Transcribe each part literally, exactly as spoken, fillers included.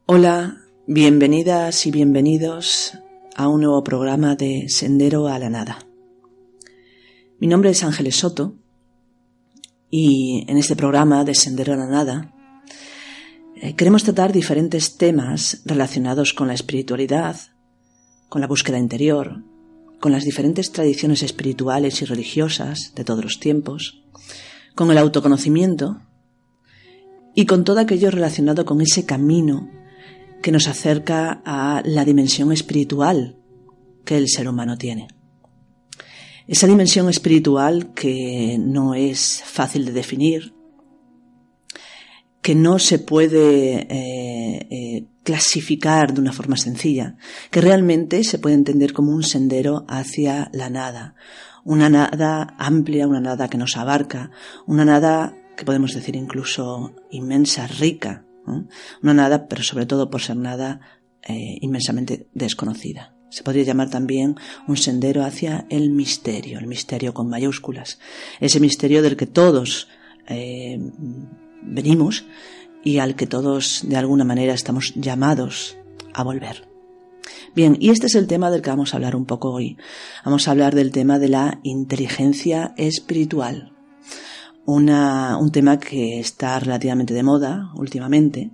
Hola, bienvenidas y bienvenidos a un nuevo programa de Sendero a la Nada. Mi nombre es Ángeles Soto y en este programa de Sendero a la Nada eh, queremos tratar diferentes temas relacionados con la espiritualidad, con la búsqueda interior, con las diferentes tradiciones espirituales y religiosas de todos los tiempos, con el autoconocimiento y con todo aquello relacionado con ese camino que nos acerca a la dimensión espiritual que el ser humano tiene. Esa dimensión espiritual que no es fácil de definir, que no se puede eh, eh, clasificar de una forma sencilla, que realmente se puede entender como un sendero hacia la nada, una nada amplia, una nada que nos abarca, una nada que podemos decir incluso inmensa, rica, ¿no? Una nada, pero sobre todo por ser nada eh, inmensamente desconocida. Se podría llamar también un sendero hacia el misterio, el misterio con mayúsculas, ese misterio del que todos eh, venimos y al que todos de alguna manera estamos llamados a volver. Bien, y este es el tema del que vamos a hablar un poco hoy. Vamos a hablar del tema de la inteligencia espiritual. Una, un tema que está relativamente de moda últimamente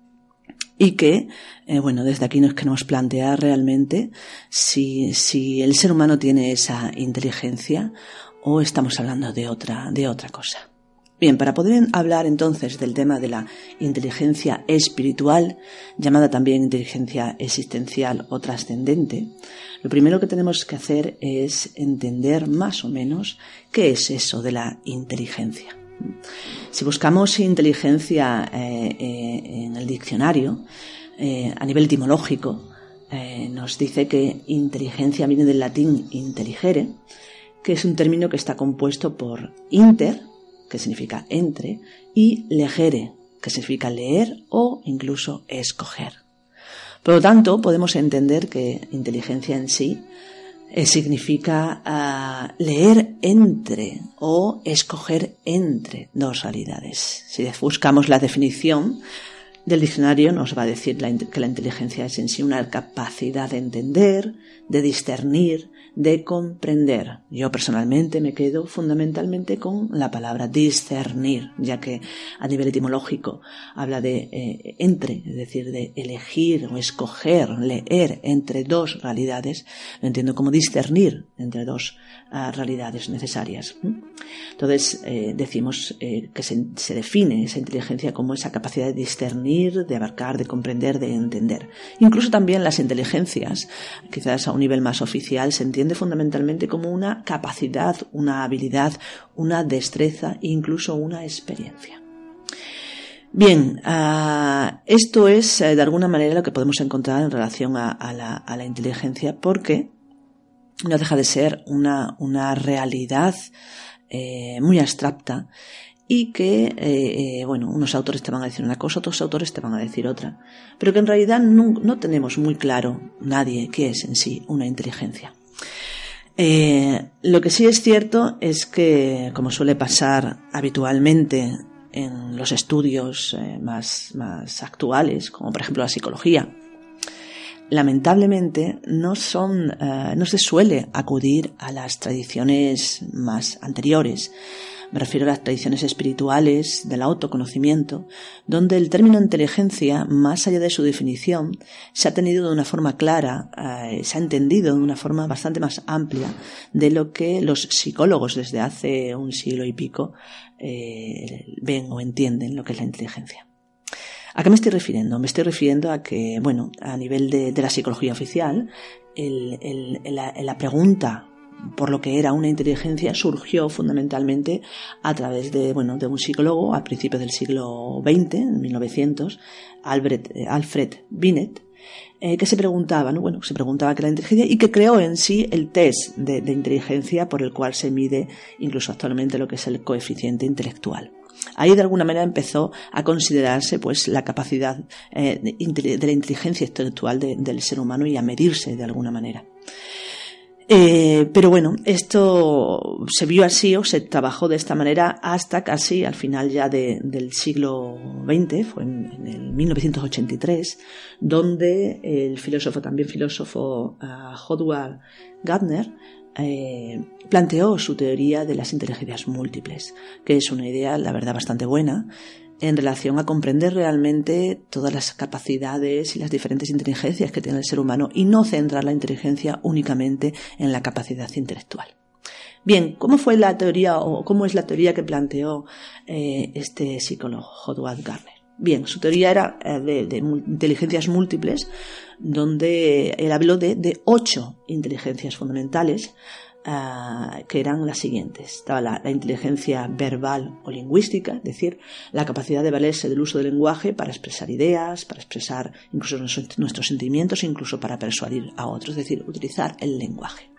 y que, eh, bueno, desde aquí nos queremos plantear realmente si, si el ser humano tiene esa inteligencia o estamos hablando de otra, de otra cosa. Bien, para poder hablar entonces del tema de la inteligencia espiritual, llamada también inteligencia existencial o trascendente, lo primero que tenemos que hacer es entender más o menos qué es eso de la inteligencia. Si buscamos inteligencia eh, eh, en el diccionario, eh, a nivel etimológico, eh, nos dice que inteligencia viene del latín intelligere, que es un término que está compuesto por inter, que significa entre, y legere, que significa leer o incluso escoger. Por lo tanto, podemos entender que inteligencia en sí eh, significa uh, leer entre o escoger entre dos realidades. Si buscamos la definición del diccionario, nos va a decir la, que la inteligencia es en sí una capacidad de entender, de discernir, de comprender. Yo personalmente me quedo fundamentalmente con la palabra discernir, ya que a nivel etimológico habla de eh, entre, es decir, de elegir o escoger, leer entre dos realidades. Lo entiendo como discernir entre dos uh, realidades necesarias. Entonces eh, decimos eh, que se, se define esa inteligencia como esa capacidad de discernir, de abarcar, de comprender, de entender. Incluso también las inteligencias, quizás a un nivel más oficial, se entiende fundamentalmente como una capacidad, una habilidad, una destreza e incluso una experiencia. Bien, uh, esto es uh, de alguna manera lo que podemos encontrar en relación a, a, la, a la inteligencia, porque no deja de ser una, una realidad eh, muy abstracta y que, eh, eh, bueno, unos autores te van a decir una cosa, otros autores te van a decir otra, pero que en realidad no, no tenemos muy claro nadie qué es en sí una inteligencia. Eh, lo que sí es cierto es que, como suele pasar habitualmente en los estudios eh, más, más actuales, como por ejemplo la psicología, lamentablemente no son, uh, no se suele acudir a las tradiciones más anteriores. Me refiero a las tradiciones espirituales del autoconocimiento, donde el término inteligencia, más allá de su definición, se ha tenido de una forma clara, eh, se ha entendido de una forma bastante más amplia de lo que los psicólogos desde hace un siglo y pico eh, ven o entienden lo que es la inteligencia. ¿A qué me estoy refiriendo? Me estoy refiriendo a que, bueno, a nivel de, de la psicología oficial, el, el, la, la pregunta por lo que era una inteligencia surgió fundamentalmente a través de, bueno, de un psicólogo a principios del siglo veinte, en mil novecientos, Albert, eh, Alfred Binet, eh, que se preguntaba, ¿no? Bueno, se preguntaba qué era la inteligencia y que creó en sí el test de, de inteligencia por el cual se mide incluso actualmente lo que es el coeficiente intelectual. Ahí de alguna manera empezó a considerarse pues la capacidad eh, de, de la inteligencia intelectual de, del ser humano y a medirse de alguna manera. Eh, pero bueno, esto se vio así o se trabajó de esta manera hasta casi al final ya de, del siglo veinte, fue en, en el mil novecientos ochenta y tres, donde el filósofo, también filósofo uh, Howard Gardner, eh, planteó su teoría de las inteligencias múltiples, que es una idea, la verdad, bastante buena, en relación a comprender realmente todas las capacidades y las diferentes inteligencias que tiene el ser humano y no centrar la inteligencia únicamente en la capacidad intelectual. Bien, ¿cómo fue la teoría o cómo es la teoría que planteó eh, este psicólogo Howard Gardner? Bien, su teoría era eh, de, de inteligencias múltiples, donde él habló de, de ocho inteligencias fundamentales, Uh, que eran las siguientes. Estaba la, la inteligencia verbal o lingüística, es decir, la capacidad de valerse del uso del lenguaje para expresar ideas, para expresar incluso nuestros, nuestros sentimientos, incluso para persuadir a otros, es decir, utilizar el lenguaje.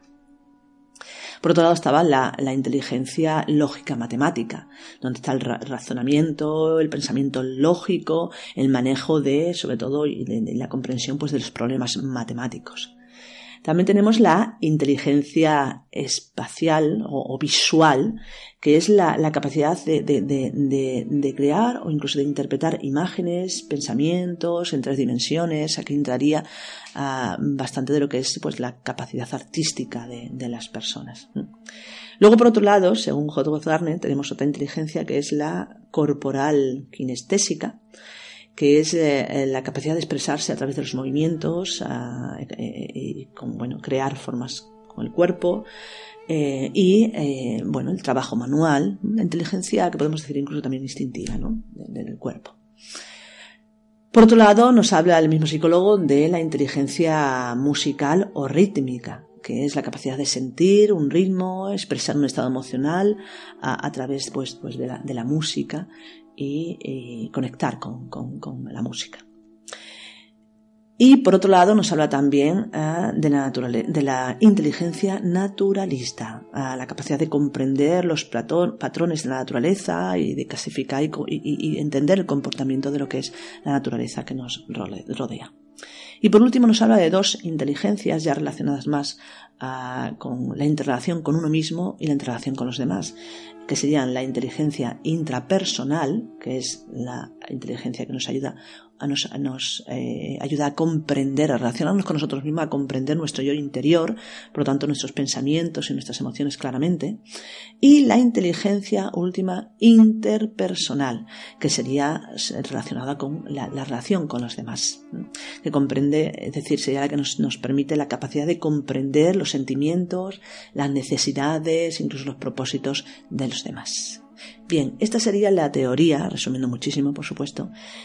Por otro lado estaba la, la inteligencia lógica matemática, donde está el ra- razonamiento, el pensamiento lógico, el manejo de, sobre todo, y de, de la comprensión pues, de los problemas matemáticos. También tenemos la inteligencia espacial o, o visual, que es la, la capacidad de, de, de, de, de crear o incluso de interpretar imágenes, pensamientos en tres dimensiones. Aquí entraría uh, bastante de lo que es pues, la capacidad artística de, de las personas. Luego, por otro lado, según Howard Gardner, tenemos otra inteligencia que es la corporal kinestésica, que es eh, la capacidad de expresarse a través de los movimientos eh, eh, y con, bueno, crear formas con el cuerpo eh, y eh, bueno, el trabajo manual, la inteligencia que podemos decir incluso también instintiva, ¿no? del, del cuerpo. Por otro lado, nos habla el mismo psicólogo de la inteligencia musical o rítmica, que es la capacidad de sentir un ritmo, expresar un estado emocional a, a través pues, pues de, la, de la música y, y conectar con, con, con la música. Y por otro lado nos habla también uh, de, la naturale- de la inteligencia naturalista, uh, la capacidad de comprender los platón, patrones de la naturaleza y de clasificar y, y, y entender el comportamiento de lo que es la naturaleza que nos rodea. Y por último nos habla de dos inteligencias ya relacionadas más uh, con la interrelación con uno mismo y la interrelación con los demás, que serían la inteligencia intrapersonal, que es la inteligencia que nos ayuda a nos, a nos eh, ayuda a comprender, a relacionarnos con nosotros mismos, a comprender nuestro yo interior, por lo tanto nuestros pensamientos y nuestras emociones claramente, y la inteligencia última interpersonal, que sería relacionada con la, la relación con los demás, ¿no? Que comprende, es decir, sería la que nos, nos permite la capacidad de comprender los sentimientos, las necesidades, incluso los propósitos de los demás. Bien, esta sería la teoría, resumiendo muchísimo, por supuesto,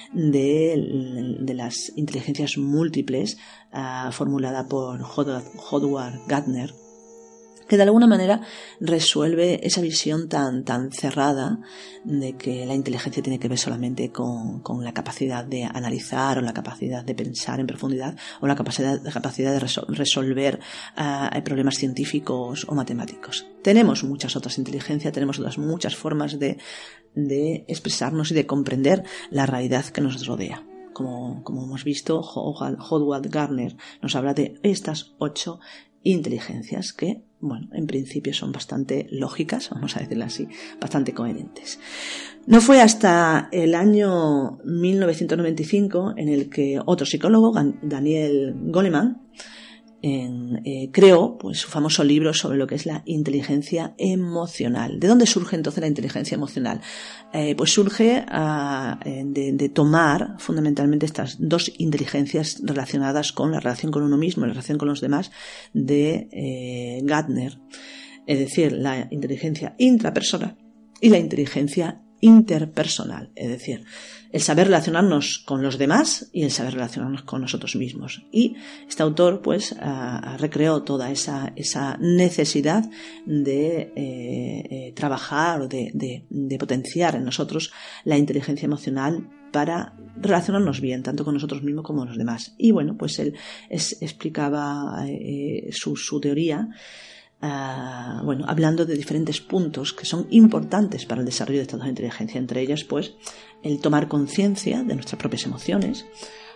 de, de las inteligencias múltiples uh, formulada por Howard Gardner, que de alguna manera resuelve esa visión tan, tan cerrada de que la inteligencia tiene que ver solamente con, con la capacidad de analizar o la capacidad de pensar en profundidad o la capacidad, la capacidad de resol- resolver uh, problemas científicos o matemáticos. Tenemos muchas otras inteligencias, tenemos otras muchas formas de, de expresarnos y de comprender la realidad que nos rodea. Como, como hemos visto, Howard Gardner nos habla de estas ocho inteligencias que, bueno, en principio son bastante lógicas, vamos a decirlo así, bastante coherentes. No fue hasta el año mil novecientos noventa y cinco en el que otro psicólogo, Daniel Goleman, en, eh, creó pues, su famoso libro sobre lo que es la inteligencia emocional. ¿De dónde surge entonces la inteligencia emocional? Eh, pues surge uh, de, de tomar fundamentalmente estas dos inteligencias relacionadas con la relación con uno mismo y la relación con los demás de eh, Gardner, es decir, la inteligencia intrapersonal y la inteligencia interpersonal, es decir, el saber relacionarnos con los demás y el saber relacionarnos con nosotros mismos. Y este autor pues uh, recreó toda esa, esa necesidad de eh, eh, trabajar o de, de, de potenciar en nosotros la inteligencia emocional para relacionarnos bien, tanto con nosotros mismos como con los demás. Y bueno, pues él es, explicaba eh, su, su teoría Uh, bueno, hablando de diferentes puntos que son importantes para el desarrollo de estados de inteligencia, entre ellas pues el tomar conciencia de nuestras propias emociones,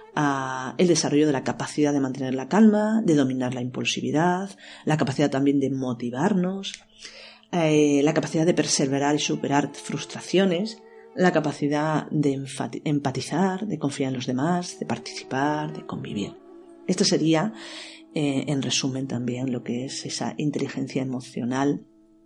a el desarrollo de la capacidad de mantener la calma, de dominar la impulsividad, la capacidad también de motivarnos, eh, la capacidad de perseverar y superar frustraciones, la capacidad de empatizar, de confiar en los demás, de participar, de convivir. Esto sería, eh, en resumen, también lo que es esa inteligencia emocional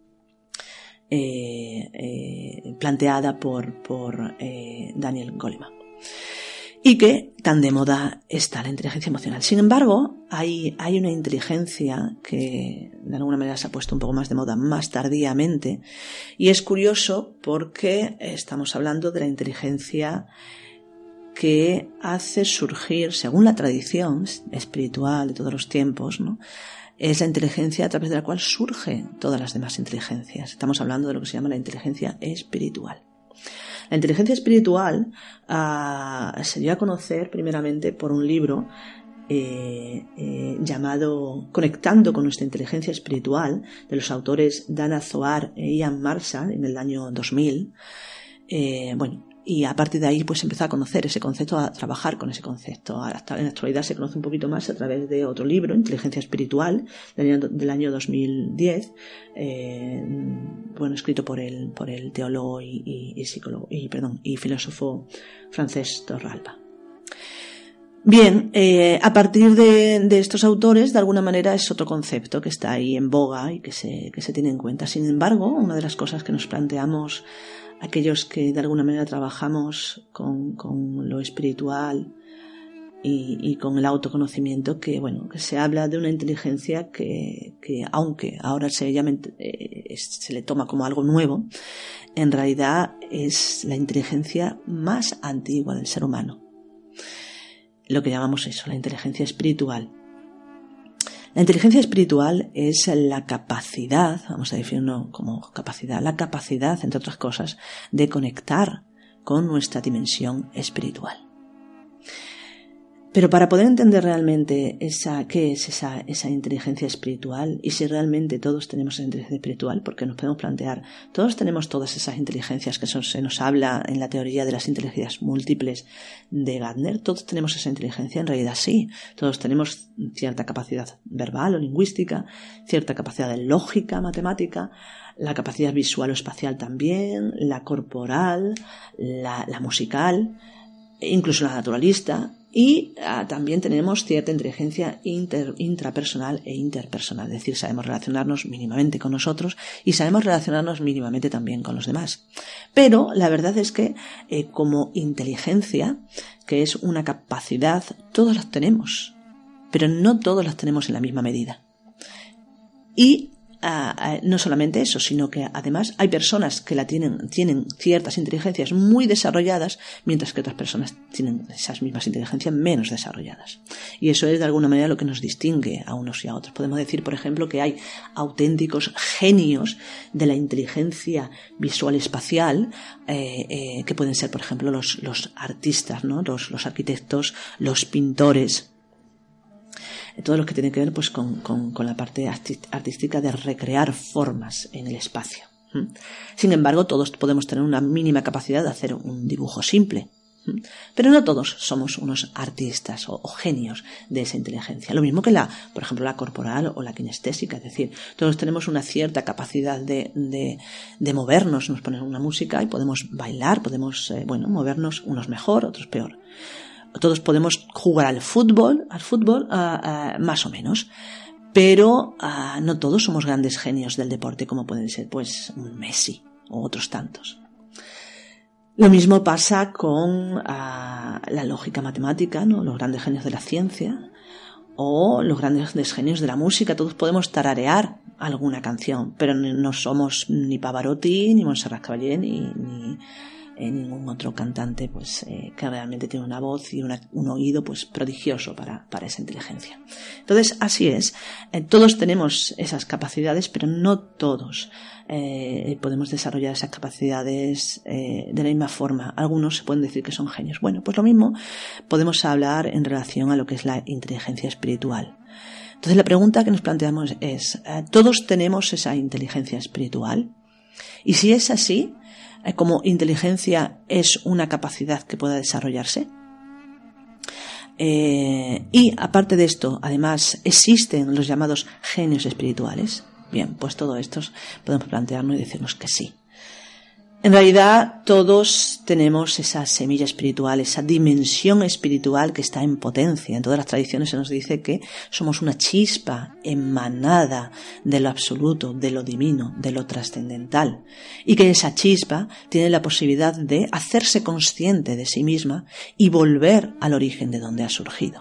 eh, eh, planteada por, por eh, Daniel Goleman. Y que tan de moda está la inteligencia emocional. Sin embargo, hay, hay una inteligencia que de alguna manera se ha puesto un poco más de moda más tardíamente, y es curioso porque estamos hablando de la inteligencia que hace surgir, según la tradición espiritual de todos los tiempos, ¿no?, es la inteligencia a través de la cual surgen todas las demás inteligencias. Estamos hablando de lo que se llama la inteligencia espiritual. La inteligencia espiritual uh, se dio a conocer primeramente por un libro eh, eh, llamado Conectando con nuestra inteligencia espiritual, de los autores Dana Zohar e Ian Marshall, en el año dos mil. Eh, bueno, y a partir de ahí pues empezó a conocer ese concepto, a trabajar con ese concepto. Hasta en la actualidad se conoce un poquito más a través de otro libro, Inteligencia Espiritual, del año, del año dos mil diez, eh, bueno, escrito por el, por el teólogo y, y, y psicólogo y, perdón, y filósofo Francesc Torralba. Bien, eh, a partir de, de estos autores, de alguna manera es otro concepto que está ahí en boga y que se, que se tiene en cuenta. Sin embargo, una de las cosas que nos planteamos aquellos que de alguna manera trabajamos con, con lo espiritual y, y con el autoconocimiento, que bueno, que se habla de una inteligencia que, que aunque ahora se llame, eh, se le toma como algo nuevo, en realidad es la inteligencia más antigua del ser humano. Lo que llamamos eso, la inteligencia espiritual. La inteligencia espiritual es la capacidad, vamos a definirlo como capacidad, la capacidad, entre otras cosas, de conectar con nuestra dimensión espiritual. Pero para poder entender realmente esa, qué es esa, esa inteligencia espiritual, y si realmente todos tenemos esa inteligencia espiritual, porque nos podemos plantear, todos tenemos todas esas inteligencias que son, se nos habla en la teoría de las inteligencias múltiples de Gardner, todos tenemos esa inteligencia, en realidad sí, todos tenemos cierta capacidad verbal o lingüística, cierta capacidad de lógica matemática, la capacidad visual o espacial también, la corporal, la, la musical, incluso la naturalista. Y uh, también tenemos cierta inteligencia inter, intrapersonal e interpersonal, es decir, sabemos relacionarnos mínimamente con nosotros y sabemos relacionarnos mínimamente también con los demás. Pero la verdad es que eh, como inteligencia, que es una capacidad, todos las tenemos, pero no todos las tenemos en la misma medida. Y Uh, uh, no solamente eso, sino que además hay personas que la tienen, tienen ciertas inteligencias muy desarrolladas, mientras que otras personas tienen esas mismas inteligencias menos desarrolladas. Y eso es de alguna manera lo que nos distingue a unos y a otros. Podemos decir, por ejemplo, que hay auténticos genios de la inteligencia visual espacial, eh, eh, que pueden ser, por ejemplo, los, los artistas, ¿no? Los, los arquitectos, los pintores, todo lo que tiene que ver pues con, con, con la parte artística de recrear formas en el espacio. Sin embargo, todos podemos tener una mínima capacidad de hacer un dibujo simple, pero no todos somos unos artistas o, o genios de esa inteligencia. Lo mismo que la, por ejemplo, la corporal o la kinestésica, es decir, todos tenemos una cierta capacidad de, de, de movernos, nos ponen una música y podemos bailar, podemos, eh, bueno, movernos, unos mejor, otros peor. Todos podemos jugar al fútbol, al fútbol uh, uh, más o menos, pero uh, no todos somos grandes genios del deporte como pueden ser pues un Messi o otros tantos. Lo mismo pasa con uh, la lógica matemática, ¿no? Los grandes genios de la ciencia o los grandes genios de la música. Todos podemos tararear alguna canción, pero no somos ni Pavarotti, ni Montserrat Caballé, ni... ni Eh, ningún otro cantante pues eh, que realmente tiene una voz y una, un oído pues prodigioso para, para esa inteligencia. Entonces así es, eh, todos tenemos esas capacidades, pero no todos eh, podemos desarrollar esas capacidades eh, de la misma forma. Algunos se pueden decir que son genios. Bueno, pues lo mismo podemos hablar en relación a lo que es la inteligencia espiritual. Entonces la pregunta que nos planteamos es, eh, ¿todos tenemos esa inteligencia espiritual? Y si es así, como inteligencia es una capacidad que pueda desarrollarse. Eh, y aparte de esto, además, existen los llamados genios espirituales. Bien, pues todo esto podemos plantearnos y decirnos que sí. En realidad, todos tenemos esa semilla espiritual, esa dimensión espiritual que está en potencia. En todas las tradiciones se nos dice que somos una chispa emanada de lo absoluto, de lo divino, de lo trascendental. Y que esa chispa tiene la posibilidad de hacerse consciente de sí misma y volver al origen de donde ha surgido.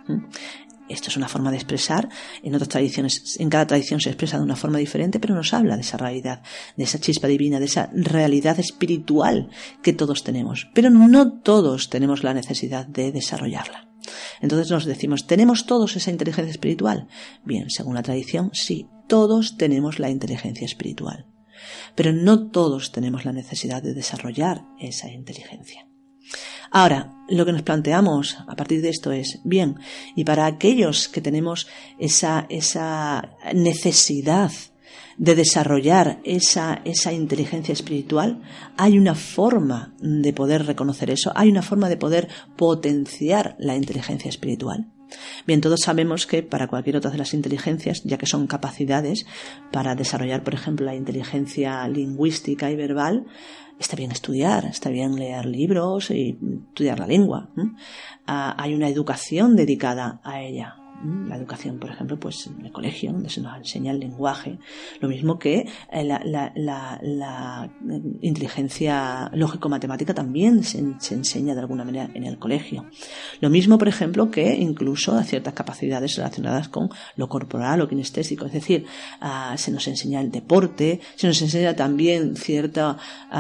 Esto es una forma de expresar, en otras tradiciones, en cada tradición se expresa de una forma diferente, pero nos habla de esa realidad, de esa chispa divina, de esa realidad espiritual que todos tenemos. Pero no todos tenemos la necesidad de desarrollarla. Entonces nos decimos, ¿tenemos todos esa inteligencia espiritual? Bien, según la tradición, sí, todos tenemos la inteligencia espiritual. Pero no todos tenemos la necesidad de desarrollar esa inteligencia. Ahora, lo que nos planteamos a partir de esto es, bien, y para aquellos que tenemos esa, esa necesidad de desarrollar esa, esa inteligencia espiritual, hay una forma de poder reconocer eso, hay una forma de poder potenciar la inteligencia espiritual. Bien, todos sabemos que para cualquier otra de las inteligencias, ya que son capacidades para desarrollar, por ejemplo, la inteligencia lingüística y verbal, está bien estudiar, está bien leer libros y estudiar la lengua. ¿eh? Ah, hay una educación dedicada a ella. La educación, por ejemplo, pues en el colegio, donde se nos enseña el lenguaje, lo mismo que la, la, la, la inteligencia lógico-matemática también se, se enseña de alguna manera en el colegio. Lo mismo, por ejemplo, que incluso a ciertas capacidades relacionadas con lo corporal o kinestésico, es decir, uh, se nos enseña el deporte, se nos enseña también cierta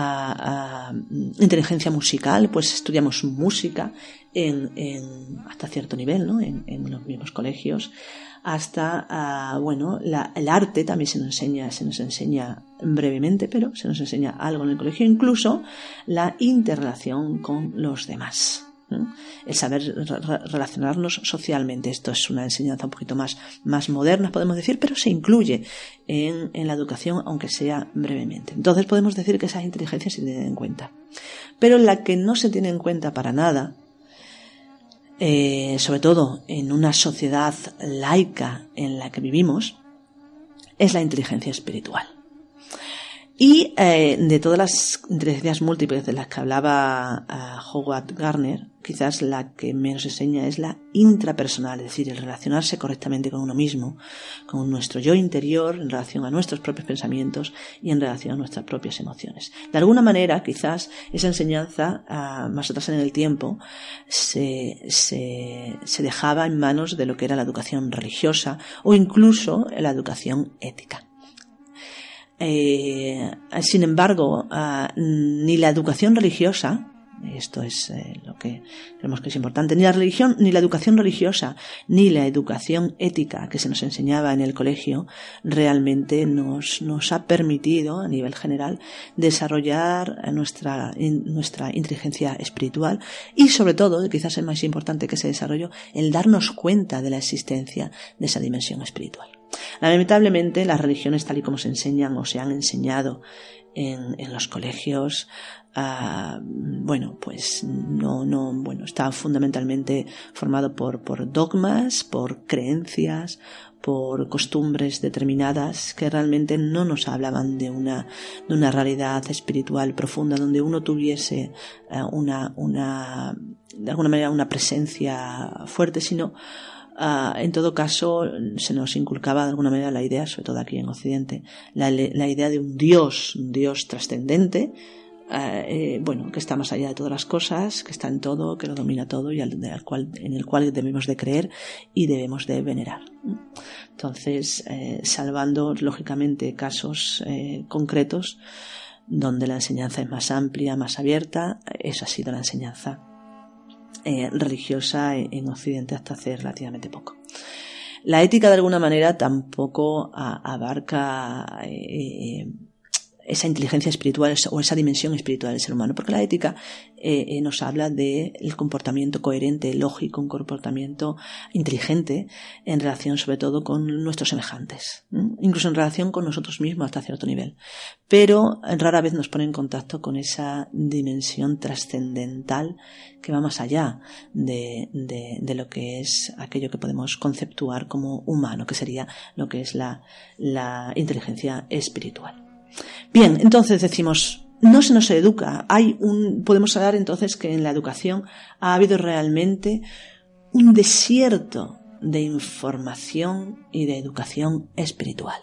uh, uh, inteligencia musical, pues estudiamos música, En, en, hasta cierto nivel, ¿no? En, en los mismos colegios, hasta, uh, bueno, la, el arte también se nos enseña, se nos enseña brevemente, pero se nos enseña algo en el colegio, incluso la interrelación con los demás. ¿eh? El saber re- relacionarnos socialmente. Esto es una enseñanza un poquito más, más moderna, podemos decir, pero se incluye en, en la educación, aunque sea brevemente. Entonces podemos decir que esas inteligencias se tienen en cuenta. Pero la que no se tiene en cuenta para nada, Eh, sobre todo en una sociedad laica en la que vivimos, es la inteligencia espiritual. Y eh, de todas las inteligencias múltiples de las que hablaba uh, Howard Gardner, quizás la que menos enseña es la intrapersonal, es decir, el relacionarse correctamente con uno mismo, con nuestro yo interior en relación a nuestros propios pensamientos y en relación a nuestras propias emociones. De alguna manera, quizás esa enseñanza, uh, más atrás en el tiempo, se, se, se dejaba en manos de lo que era la educación religiosa o incluso la educación ética. Eh, sin embargo, uh, ni la educación religiosa, esto es eh, lo que creemos que es importante, ni la religión, ni la educación religiosa, ni la educación ética que se nos enseñaba en el colegio, realmente nos, nos ha permitido, a nivel general, desarrollar nuestra, in, nuestra inteligencia espiritual y, sobre todo, quizás es más importante que ese desarrollo, el darnos cuenta de la existencia de esa dimensión espiritual. Lamentablemente, las religiones tal y como se enseñan o se han enseñado en, en los colegios, uh, bueno, pues no, no, bueno, está fundamentalmente formado por, por dogmas, por creencias, por costumbres determinadas que realmente no nos hablaban de una, de una realidad espiritual profunda donde uno tuviese uh, una, una, de alguna manera una presencia fuerte, sino Uh, en todo caso se nos inculcaba de alguna manera la idea, sobre todo aquí en Occidente, la, la idea de un Dios, un Dios trascendente, uh, eh, bueno, que está más allá de todas las cosas, que está en todo, que lo domina todo y al, al cual, en el cual debemos de creer y debemos de venerar. Entonces, eh, salvando lógicamente casos eh, concretos donde la enseñanza es más amplia, más abierta, esa ha sido la enseñanza Eh, religiosa en Occidente hasta hace relativamente poco. La ética de alguna manera tampoco a, abarca eh, esa inteligencia espiritual o esa dimensión espiritual del ser humano, porque la ética eh, eh, nos habla del comportamiento coherente, lógico, un comportamiento inteligente en relación sobre todo con nuestros semejantes, ¿eh? Incluso en relación con nosotros mismos hasta cierto nivel, pero rara vez nos pone en contacto con esa dimensión trascendental que va más allá de, de, de lo que es aquello que podemos conceptuar como humano, que sería lo que es la, la inteligencia espiritual. Bien, entonces decimos, no se nos educa. Hay un, podemos hablar entonces que en la educación ha habido realmente un desierto de información y de educación espiritual.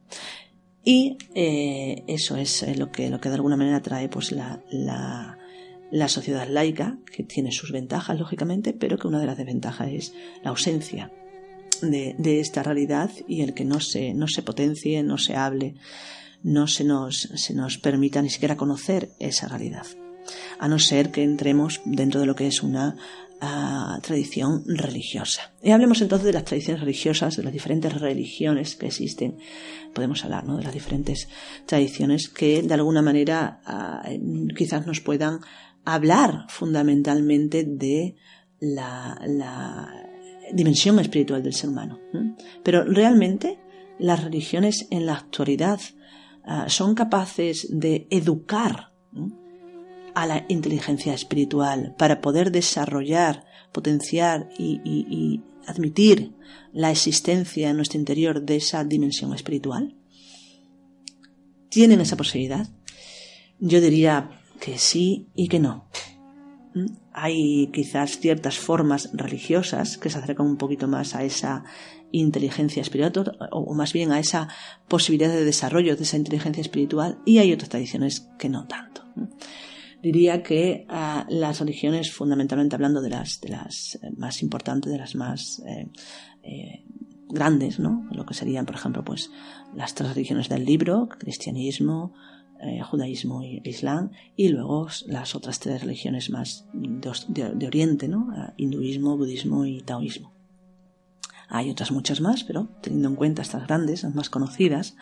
Y eh, eso es lo que, lo que de alguna manera trae pues la, la, la sociedad laica, que tiene sus ventajas, lógicamente, pero que una de las desventajas es la ausencia de, de esta realidad y el que no se, no se potencie, no se hable, no se nos, se nos permita ni siquiera conocer esa realidad, a no ser que entremos dentro de lo que es una uh, tradición religiosa. Y hablemos entonces de las tradiciones religiosas, de las diferentes religiones que existen. Podemos hablar, ¿no?, de las diferentes tradiciones que de alguna manera uh, quizás nos puedan hablar fundamentalmente de la, la dimensión espiritual del ser humano. ¿eh? Pero realmente las religiones en la actualidad Uh, son capaces de educar ¿no? a la inteligencia espiritual para poder desarrollar, potenciar y, y, y admitir la existencia en nuestro interior de esa dimensión espiritual. ¿Tienen esa posibilidad? Yo diría que sí y que no. ¿Mm? Hay quizás ciertas formas religiosas que se acercan un poquito más a esa inteligencia espiritual, o más bien a esa posibilidad de desarrollo de esa inteligencia espiritual, y hay otras tradiciones que no tanto. Diría que uh, las religiones, fundamentalmente hablando de las, de las más importantes, de las más eh, eh, grandes, ¿no?, lo que serían, por ejemplo, pues las tres religiones del libro, cristianismo, eh, judaísmo e islam, y luego las otras tres religiones más de, de, de Oriente, ¿no?, hinduismo, budismo y taoísmo. Hay otras muchas más, pero teniendo en cuenta estas grandes, las más conocidas,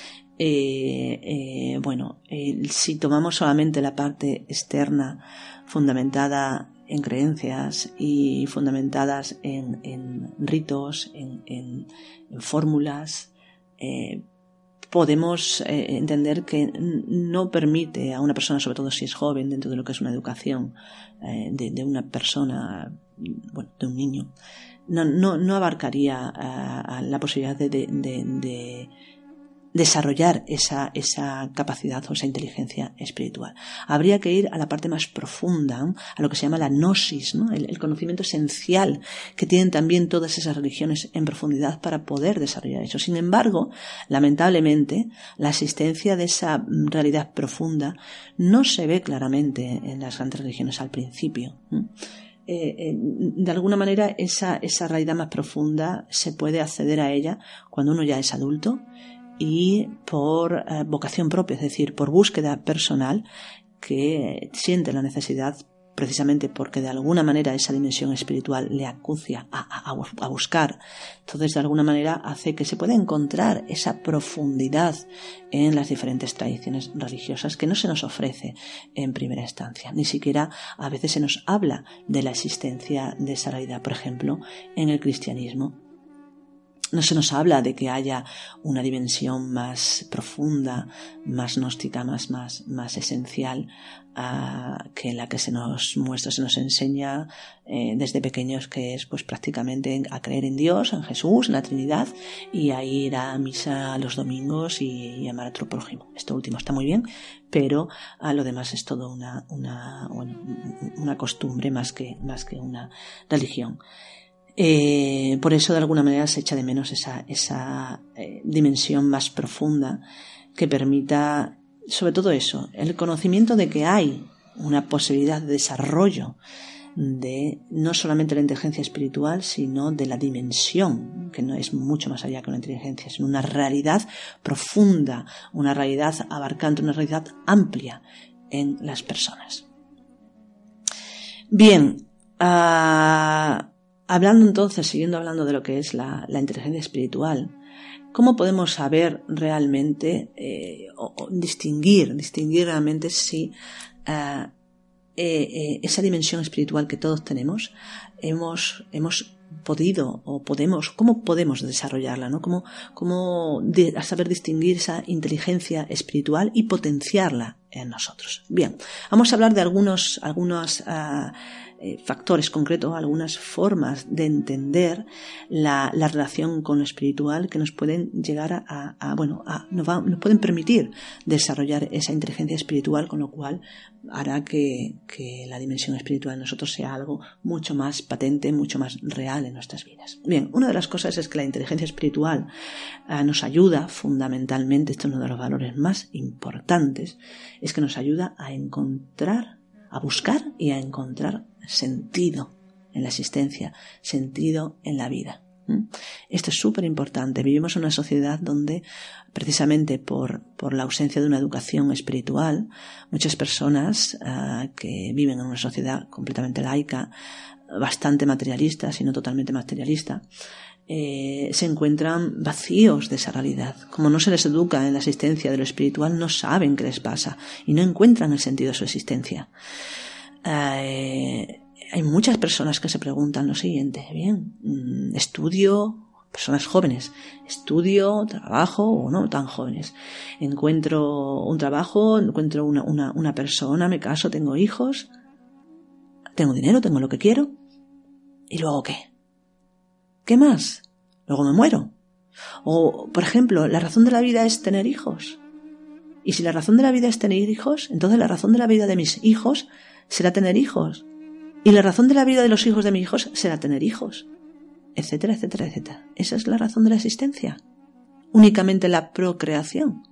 eh, eh, bueno, eh, si tomamos solamente la parte externa fundamentada en creencias y fundamentadas en, en ritos, en, en, en fórmulas, eh, podemos eh, entender que no permite a una persona, sobre todo si es joven, dentro de lo que es una educación eh, de, de una persona, bueno, de un niño, no, no, no abarcaría uh, la posibilidad de, de, de, de desarrollar esa, esa capacidad o esa inteligencia espiritual. Habría que ir a la parte más profunda, a lo que se llama la gnosis, ¿no?, el, el conocimiento esencial que tienen también todas esas religiones en profundidad para poder desarrollar eso. Sin embargo, lamentablemente, la existencia de esa realidad profunda no se ve claramente en las grandes religiones al principio, ¿eh? Eh, eh, de alguna manera esa, esa realidad más profunda se puede acceder a ella cuando uno ya es adulto y por eh, vocación propia, es decir, por búsqueda personal, que siente la necesidad, precisamente porque de alguna manera esa dimensión espiritual le acucia a, a, a buscar. Entonces, de alguna manera hace que se pueda encontrar esa profundidad en las diferentes tradiciones religiosas que no se nos ofrece en primera instancia. Ni siquiera a veces se nos habla de la existencia de esa realidad. Por ejemplo, en el cristianismo no se nos habla de que haya una dimensión más profunda, más gnóstica, más, más, más esencial, uh, que la que se nos muestra, se nos enseña eh, desde pequeños, que es pues prácticamente a creer en Dios, en Jesús, en la Trinidad, y a ir a misa los domingos y, y amar a otro prójimo. Esto último está muy bien, pero a lo demás es todo una, una, bueno, una costumbre más que, más que una religión. Eh, por eso de alguna manera se echa de menos esa, esa eh, dimensión más profunda que permita, sobre todo eso, el conocimiento de que hay una posibilidad de desarrollo de no solamente la inteligencia espiritual, sino de la dimensión, que no es mucho más allá que una inteligencia, sino una realidad profunda, una realidad abarcante, una realidad amplia en las personas. Bien, uh, hablando entonces, siguiendo hablando de lo que es la, la inteligencia espiritual, ¿Cómo podemos saber realmente eh, o, o distinguir, distinguir realmente si uh, eh, eh, esa dimensión espiritual que todos tenemos hemos, hemos podido o podemos, cómo podemos desarrollarla, ¿no? Cómo, cómo de, a saber distinguir esa inteligencia espiritual y potenciarla en nosotros. Bien, vamos a hablar de algunos, algunos uh, eh, factores concretos, algunas formas de entender la, la relación con lo espiritual que nos pueden llegar a, a, a bueno, a, nos, va, nos pueden permitir desarrollar esa inteligencia espiritual, con lo cual hará que, que la dimensión espiritual en nosotros sea algo mucho más patente, mucho más real en nuestras vidas. Bien, una de las cosas es que la inteligencia espiritual eh, nos ayuda fundamentalmente, esto es uno de los valores más importantes, es que nos ayuda a encontrar, a buscar y a encontrar sentido en la existencia, sentido en la vida. Esto es súper importante. Vivimos en una sociedad donde, precisamente por, por la ausencia de una educación espiritual, muchas personas uh, que viven en una sociedad completamente laica, bastante materialista, si no totalmente materialista, eh, se encuentran vacíos de esa realidad. Como no se les educa en la existencia de lo espiritual, no saben qué les pasa y no encuentran el sentido de su existencia. Eh, Hay muchas personas que se preguntan lo siguiente: bien, estudio, personas jóvenes, estudio, trabajo o no tan jóvenes, encuentro un trabajo, encuentro una, una, una persona, me caso, tengo hijos, tengo dinero, tengo lo que quiero, ¿y luego qué? ¿Qué más? Luego me muero. O, por ejemplo, la razón de la vida es tener hijos. Y si la razón de la vida es tener hijos, entonces la razón de la vida de mis hijos será tener hijos. Y la razón de la vida de los hijos de mis hijos será tener hijos, etcétera, etcétera, etcétera. Esa es la razón de la existencia. Únicamente la procreación.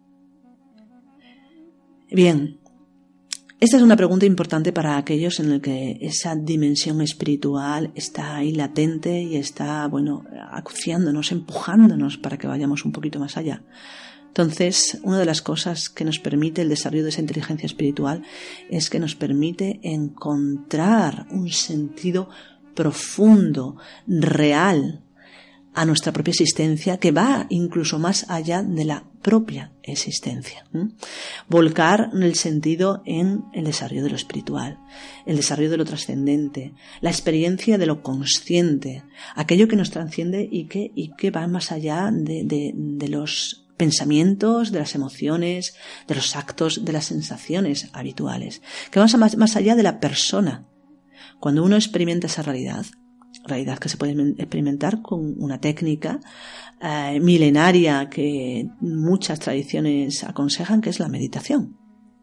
Bien, esta es una pregunta importante para aquellos en el que esa dimensión espiritual está ahí latente y está, bueno, acuciándonos, empujándonos para que vayamos un poquito más allá. Entonces, una de las cosas que nos permite el desarrollo de esa inteligencia espiritual es que nos permite encontrar un sentido profundo, real, a nuestra propia existencia, que va incluso más allá de la propia existencia. ¿Mm? Volcar el sentido en el desarrollo de lo espiritual, el desarrollo de lo trascendente, la experiencia de lo consciente, aquello que nos trasciende y que, y que va más allá de, de, de los pensamientos, de las emociones, de los actos, de las sensaciones habituales, que va más, más allá de la persona. Cuando uno experimenta esa realidad, realidad que se puede experimentar con una técnica eh, milenaria que muchas tradiciones aconsejan, que es la meditación.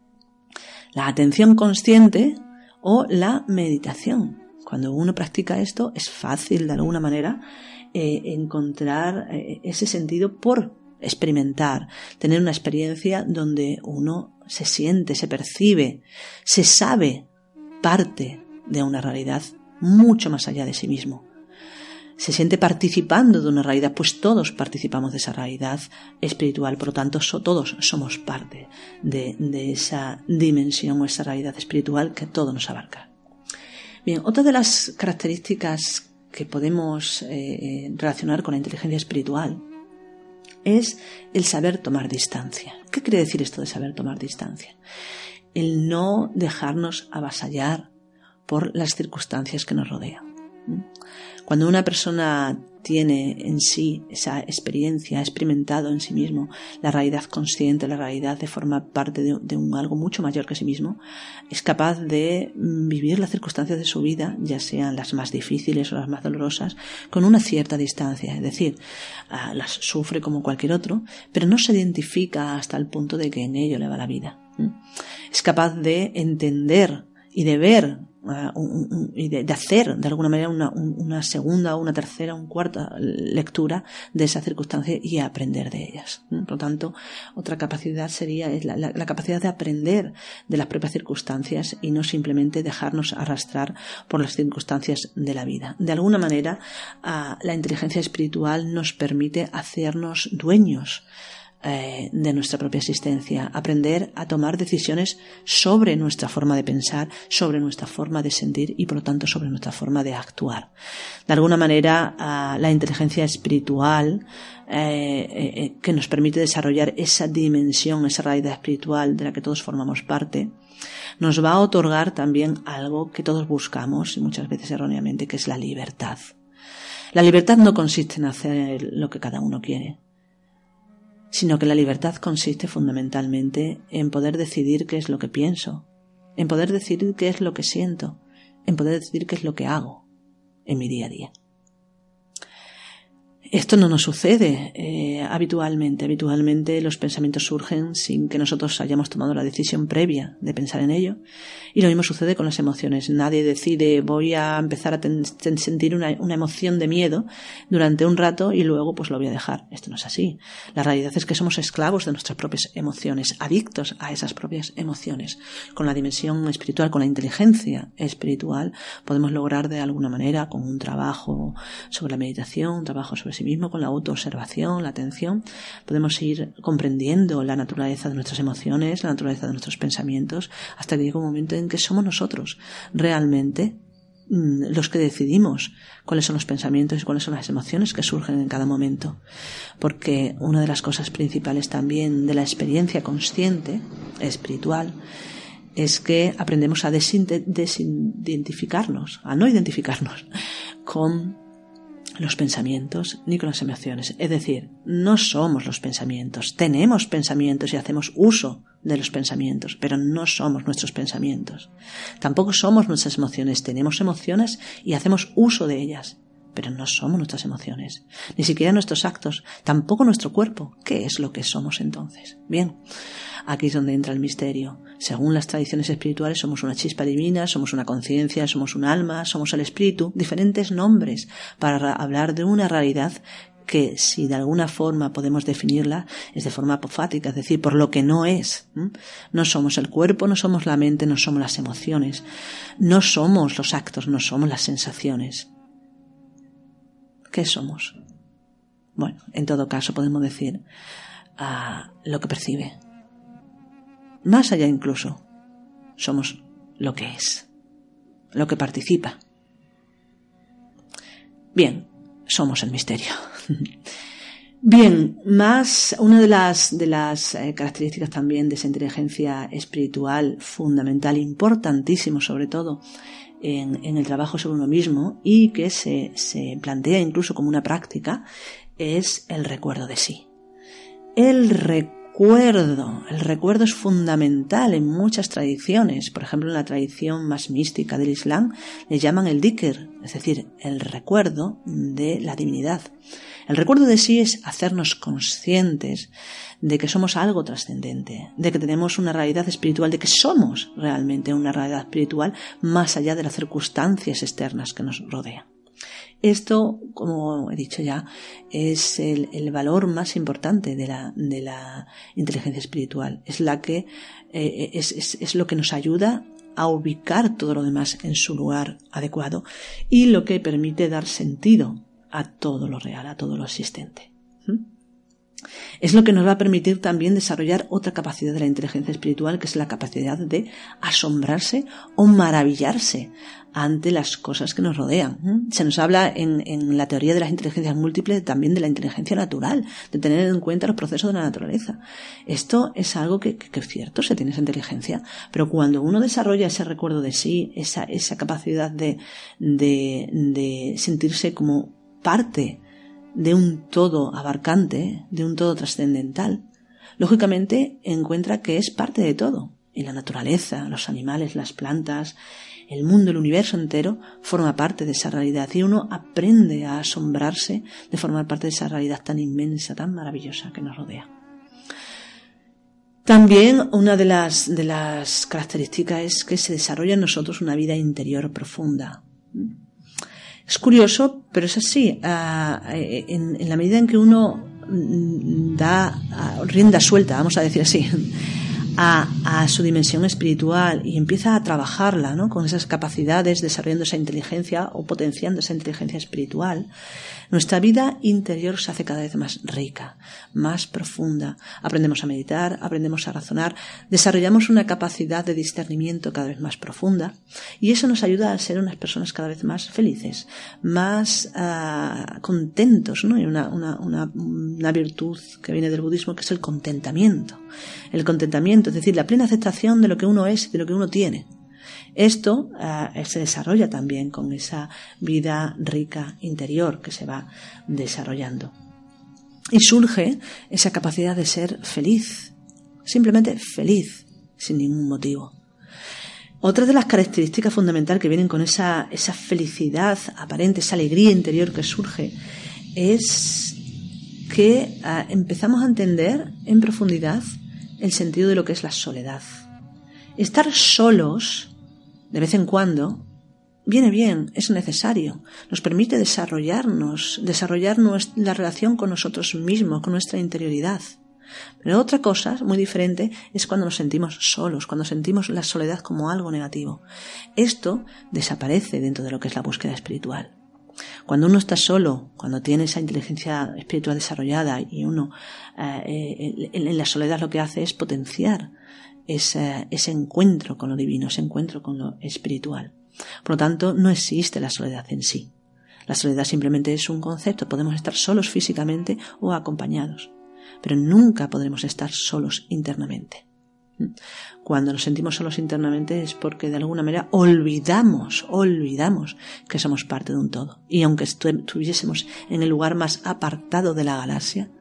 La atención consciente o la meditación. Cuando uno practica esto, es fácil de alguna manera eh, encontrar eh, ese sentido por experimentar, tener una experiencia donde uno se siente, se percibe, se sabe parte de una realidad mucho más allá de sí mismo. Se siente participando de una realidad, pues todos participamos de esa realidad espiritual, por lo tanto so, todos somos parte de, de esa dimensión o esa realidad espiritual que todo nos abarca. Bien, otra de las características que podemos eh, relacionar con la inteligencia espiritual es el saber tomar distancia. ¿Qué quiere decir esto de saber tomar distancia? El no dejarnos avasallar por las circunstancias que nos rodean. Cuando una persona tiene en sí esa experiencia, ha experimentado en sí mismo la realidad consciente, la realidad de formar parte de, de un algo mucho mayor que sí mismo, es capaz de vivir las circunstancias de su vida, ya sean las más difíciles o las más dolorosas, con una cierta distancia, es decir, uh, las sufre como cualquier otro, pero no se identifica hasta el punto de que en ello le va la vida. ¿Mm? Es capaz de entender y de ver Uh, un, un, y de, de hacer de alguna manera una, un, una segunda, una tercera, una cuarta lectura de esa circunstancia y aprender de ellas. ¿Mm? Por lo tanto, otra capacidad sería la, la, la capacidad de aprender de las propias circunstancias y no simplemente dejarnos arrastrar por las circunstancias de la vida. De alguna manera, uh, la inteligencia espiritual nos permite hacernos dueños eh, de nuestra propia existencia, aprender a tomar decisiones sobre nuestra forma de pensar, sobre nuestra forma de sentir y por lo tanto sobre nuestra forma de actuar. De alguna manera, uh, la inteligencia espiritual eh, eh, que nos permite desarrollar esa dimensión, esa realidad espiritual de la que todos formamos parte, nos va a otorgar también algo que todos buscamos y muchas veces erróneamente, que es la libertad. La libertad no consiste en hacer lo que cada uno quiere, sino que la libertad consiste fundamentalmente en poder decidir qué es lo que pienso, en poder decidir qué es lo que siento, en poder decidir qué es lo que hago en mi día a día. Esto no nos sucede eh, habitualmente. Habitualmente los pensamientos surgen sin que nosotros hayamos tomado la decisión previa de pensar en ello. Y lo mismo sucede con las emociones. Nadie decide voy a empezar a ten- ten- sentir una, una emoción de miedo durante un rato y luego pues lo voy a dejar. Esto no es así. La realidad es que somos esclavos de nuestras propias emociones, adictos a esas propias emociones. Con la dimensión espiritual, con la inteligencia espiritual, podemos lograr de alguna manera, con un trabajo sobre la meditación, un trabajo sobre sí mismo, con la autoobservación, la atención, podemos ir comprendiendo la naturaleza de nuestras emociones, la naturaleza de nuestros pensamientos, hasta que llega un momento en que somos nosotros realmente mmm, los que decidimos cuáles son los pensamientos y cuáles son las emociones que surgen en cada momento. Porque una de las cosas principales también de la experiencia consciente, espiritual, es que aprendemos a desin- desidentificarnos, a no identificarnos con los pensamientos ni con las emociones. Es decir, no somos los pensamientos. Tenemos pensamientos y hacemos uso de los pensamientos, pero no somos nuestros pensamientos. Tampoco somos nuestras emociones. Tenemos emociones y hacemos uso de ellas, pero no somos nuestras emociones. Ni siquiera nuestros actos, tampoco nuestro cuerpo. ¿Qué es lo que somos entonces? Bien, aquí es donde entra el misterio. Según las tradiciones espirituales, somos una chispa divina, somos una conciencia, somos un alma, somos el espíritu, diferentes nombres para hablar de una realidad que, si de alguna forma podemos definirla, es de forma apofática, es decir, por lo que no es. ¿Mm? No somos el cuerpo, no somos la mente, no somos las emociones, no somos los actos, no somos las sensaciones. ¿Qué somos? Bueno, en todo caso podemos decir uh, lo que percibe. Más allá incluso, somos lo que es, lo que participa. Bien, somos el misterio. Bien, más una de las de las eh, características también de esa inteligencia espiritual fundamental, importantísimo sobre todo en, en el trabajo sobre uno mismo y que se, se plantea incluso como una práctica, es el recuerdo de sí. El recuerdo Recuerdo. El recuerdo es fundamental en muchas tradiciones. Por ejemplo, en la tradición más mística del Islam le llaman el dhikr, es decir, el recuerdo de la divinidad. El recuerdo de sí es hacernos conscientes de que somos algo trascendente, de que tenemos una realidad espiritual, de que somos realmente una realidad espiritual más allá de las circunstancias externas que nos rodean. Esto, como he dicho ya, es el, el valor más importante de la, de la inteligencia espiritual. Es la que eh, es, es, es lo que nos ayuda a ubicar todo lo demás en su lugar adecuado y lo que permite dar sentido a todo lo real, a todo lo existente. ¿Mm? Es lo que nos va a permitir también desarrollar otra capacidad de la inteligencia espiritual, que es la capacidad de asombrarse o maravillarse ante las cosas que nos rodean. Se nos habla en, en la teoría de las inteligencias múltiples también de la inteligencia natural, de tener en cuenta los procesos de la naturaleza. Esto es algo que, que, que es cierto, se tiene esa inteligencia, pero cuando uno desarrolla ese recuerdo de sí, esa, esa capacidad de, de, de sentirse como parte de un todo abarcante, de un todo trascendental, lógicamente encuentra que es parte de todo. Y la naturaleza, los animales, las plantas, el mundo, el universo entero forma parte de esa realidad y uno aprende a asombrarse de formar parte de esa realidad tan inmensa, tan maravillosa que nos rodea. También una de las, de las características es que se desarrolla en nosotros una vida interior profunda. Es curioso, pero es así. En, en la medida en que uno da rienda suelta, vamos a decir así, a, a su dimensión espiritual y empieza a trabajarla, ¿no?, con esas capacidades, desarrollando esa inteligencia o potenciando esa inteligencia espiritual, nuestra vida interior se hace cada vez más rica, más profunda. Aprendemos a meditar, aprendemos a razonar, desarrollamos una capacidad de discernimiento cada vez más profunda y eso nos ayuda a ser unas personas cada vez más felices, más uh, contentos, ¿no? Y una, una, una, una virtud que viene del budismo, que es el contentamiento. El contentamiento, es decir, la plena aceptación de lo que uno es, de lo que uno tiene. Esto uh, se desarrolla también con esa vida rica interior que se va desarrollando. Y surge esa capacidad de ser feliz, simplemente feliz, sin ningún motivo. Otra de las características fundamentales que vienen con esa, esa felicidad aparente, esa alegría interior que surge, es que uh, empezamos a entender en profundidad el sentido de lo que es la soledad. Estar solos de vez en cuando viene bien, es necesario, nos permite desarrollarnos, desarrollar nuestra, la relación con nosotros mismos, con nuestra interioridad. Pero otra cosa muy diferente es cuando nos sentimos solos, cuando sentimos la soledad como algo negativo. Esto desaparece dentro de lo que es la búsqueda espiritual. Cuando uno está solo, cuando tiene esa inteligencia espiritual desarrollada y uno eh, en, en la soledad lo que hace es potenciar ese, ese encuentro con lo divino, ese encuentro con lo espiritual. Por lo tanto, no existe la soledad en sí. La soledad simplemente es un concepto. Podemos estar solos físicamente o acompañados, pero nunca podremos estar solos internamente. Cuando nos sentimos solos internamente es porque de alguna manera olvidamos, olvidamos que somos parte de un todo. Y aunque estuviésemos en el lugar más apartado de la galaxia,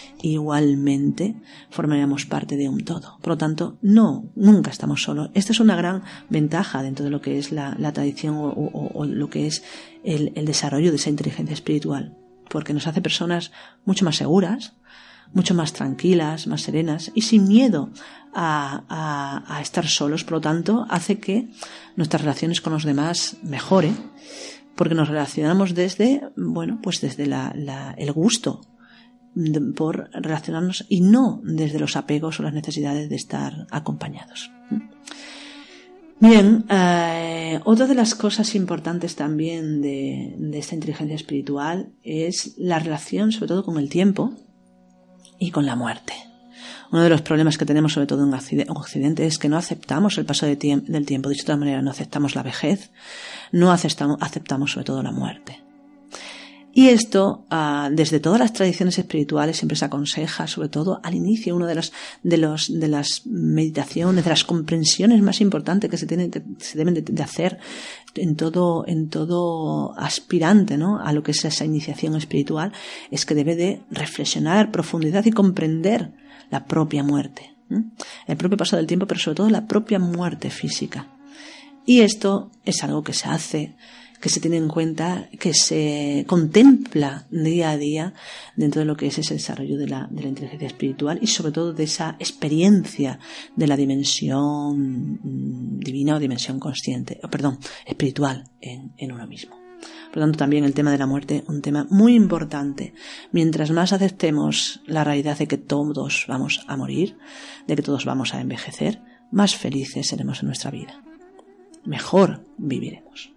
igualmente formaríamos parte de un todo. Por lo tanto, no, nunca estamos solos. Esta es una gran ventaja dentro de lo que es la, la tradición o, o, o lo que es el, el desarrollo de esa inteligencia espiritual, porque nos hace personas mucho más seguras, mucho más tranquilas, más serenas y sin miedo a, a, a estar solos. Por lo tanto, hace que nuestras relaciones con los demás mejoren, porque nos relacionamos desde, bueno, pues desde la, la, el gusto de, por relacionarnos y no desde los apegos o las necesidades de estar acompañados. Bien, eh, otra de las cosas importantes también de, de esta inteligencia espiritual es la relación, sobre todo con el tiempo y con la muerte. Uno de los problemas que tenemos, sobre todo en Occidente, es que no aceptamos el paso de tiemp- del tiempo. De otra manera, no aceptamos la vejez, no aceptamos, aceptamos sobre todo la muerte. Y esto, uh, desde todas las tradiciones espirituales, siempre se aconseja, sobre todo al inicio, una de las, de los, de las meditaciones, de las comprensiones más importantes que se tienen, se deben de, de hacer en todo, en todo aspirante, ¿no?, a lo que es esa iniciación espiritual, es que debe de reflexionar, profundidad y comprender la propia muerte, ¿eh? El propio paso del tiempo, pero sobre todo la propia muerte física. Y esto es algo que se hace, que se tiene en cuenta, que se contempla día a día dentro de lo que es ese desarrollo de la, de la inteligencia espiritual y sobre todo de esa experiencia de la dimensión divina o dimensión consciente, o perdón, espiritual en, en uno mismo. Por lo tanto, también el tema de la muerte, un tema muy importante. Mientras más aceptemos la realidad de que todos vamos a morir, de que todos vamos a envejecer, más felices seremos en nuestra vida. Mejor viviremos.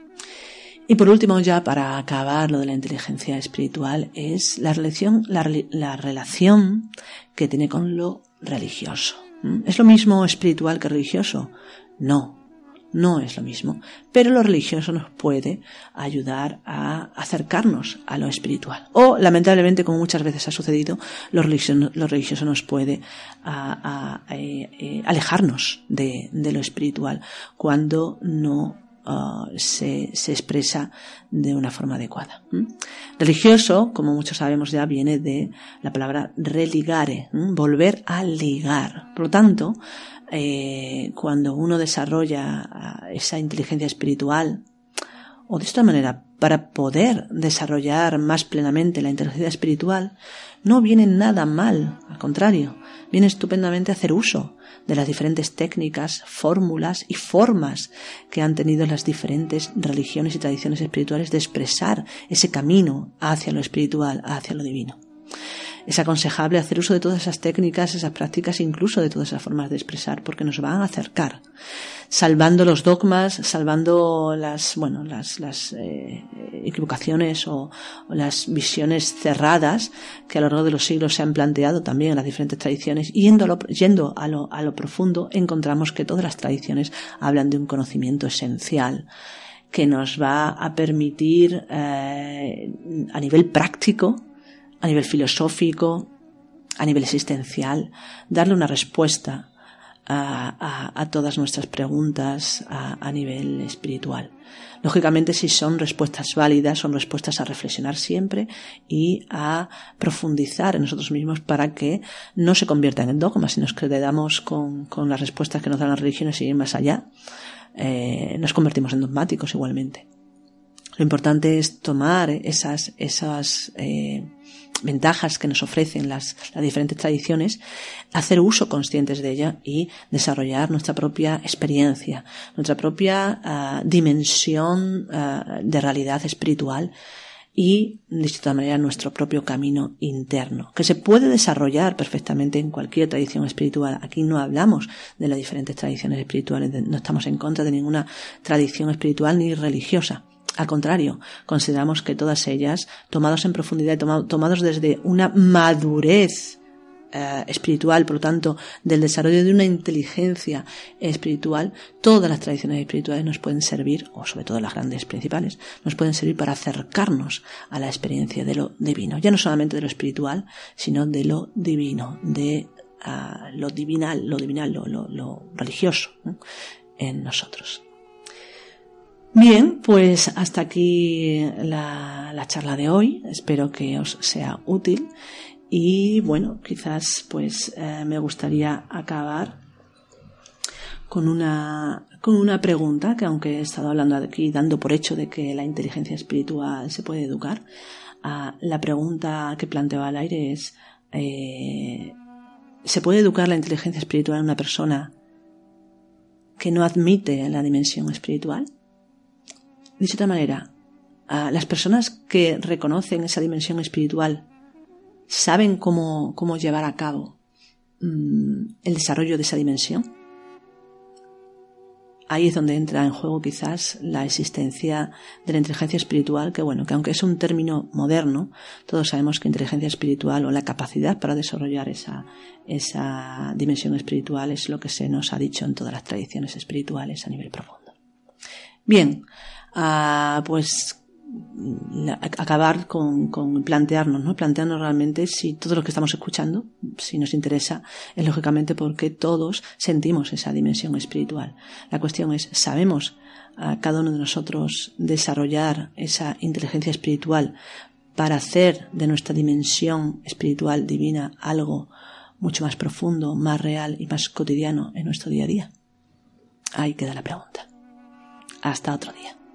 Y por último, ya para acabar lo de la inteligencia espiritual, es la relación, la, la relación que tiene con lo religioso. ¿Es lo mismo espiritual que religioso? No, no es lo mismo. Pero lo religioso nos puede ayudar a acercarnos a lo espiritual. O, lamentablemente, como muchas veces ha sucedido, lo religioso, lo religioso nos puede a, a, a, a alejarnos de, de lo espiritual cuando no Uh, se, se expresa de una forma adecuada. ¿Mm? Religioso, como muchos sabemos ya, viene de la palabra religare, ¿Mm? volver a ligar. Por lo tanto, eh, cuando uno desarrolla esa inteligencia espiritual, o de esta manera, para poder desarrollar más plenamente la inteligencia espiritual, no viene nada mal, al contrario, viene estupendamente a hacer uso de las diferentes técnicas, fórmulas y formas que han tenido las diferentes religiones y tradiciones espirituales de expresar ese camino hacia lo espiritual, hacia lo divino. es aconsejable hacer uso de todas esas técnicas, esas prácticas, incluso de todas esas formas de expresar, porque nos van a acercar, salvando los dogmas, salvando las, bueno, las, las eh, equivocaciones o, o las visiones cerradas que a lo largo de los siglos se han planteado también en las diferentes tradiciones. Y yendo a lo, yendo a lo, a lo profundo, encontramos que todas las tradiciones hablan de un conocimiento esencial que nos va a permitir eh, a nivel práctico, a nivel filosófico, a nivel existencial, darle una respuesta a, a, a todas nuestras preguntas a, a nivel espiritual. Lógicamente, si son respuestas válidas, son respuestas a reflexionar siempre y a profundizar en nosotros mismos para que no se conviertan en dogmas, sino que le damos con, con las respuestas que nos dan las religiones y ir más allá. Eh, nos convertimos en dogmáticos igualmente. Lo importante es tomar esas, esas eh, ventajas que nos ofrecen las, las diferentes tradiciones, hacer uso conscientes de ella y desarrollar nuestra propia experiencia, nuestra propia uh, dimensión uh, de realidad espiritual y, de distinta manera, nuestro propio camino interno, que se puede desarrollar perfectamente en cualquier tradición espiritual. Aquí no hablamos de las diferentes tradiciones espirituales, no estamos en contra de ninguna tradición espiritual ni religiosa. Al contrario, consideramos que todas ellas, tomados en profundidad y tomados desde una madurez eh, espiritual, por lo tanto, del desarrollo de una inteligencia espiritual, todas las tradiciones espirituales nos pueden servir, o sobre todo las grandes principales, nos pueden servir para acercarnos a la experiencia de lo divino. Ya no solamente de lo espiritual, sino de lo divino, de uh, lo divinal, lo divinal, lo, lo, lo religioso, ¿no?, en nosotros. Bien, pues hasta aquí la, la charla de hoy. Espero que os sea útil y bueno, quizás pues eh, me gustaría acabar con una con una pregunta que, aunque he estado hablando aquí dando por hecho de que la inteligencia espiritual se puede educar, uh, la pregunta que planteo al aire es eh, ¿se puede educar la inteligencia espiritual en una persona que no admite la dimensión espiritual? Dicho de otra manera, las personas que reconocen esa dimensión espiritual saben cómo, cómo llevar a cabo mmm, el desarrollo de esa dimensión. Ahí es donde entra en juego quizás la existencia de la inteligencia espiritual, que bueno, que aunque es un término moderno, todos sabemos que inteligencia espiritual o la capacidad para desarrollar esa, esa dimensión espiritual es lo que se nos ha dicho en todas las tradiciones espirituales a nivel profundo. Bien, Uh, pues la, acabar con, con plantearnos, ¿no? Plantearnos realmente si todo lo que estamos escuchando, si nos interesa, es lógicamente porque todos sentimos esa dimensión espiritual. La cuestión es, ¿sabemos uh, cada uno de nosotros desarrollar esa inteligencia espiritual para hacer de nuestra dimensión espiritual divina algo mucho más profundo, más real y más cotidiano en nuestro día a día? Ahí queda la pregunta. Hasta otro día.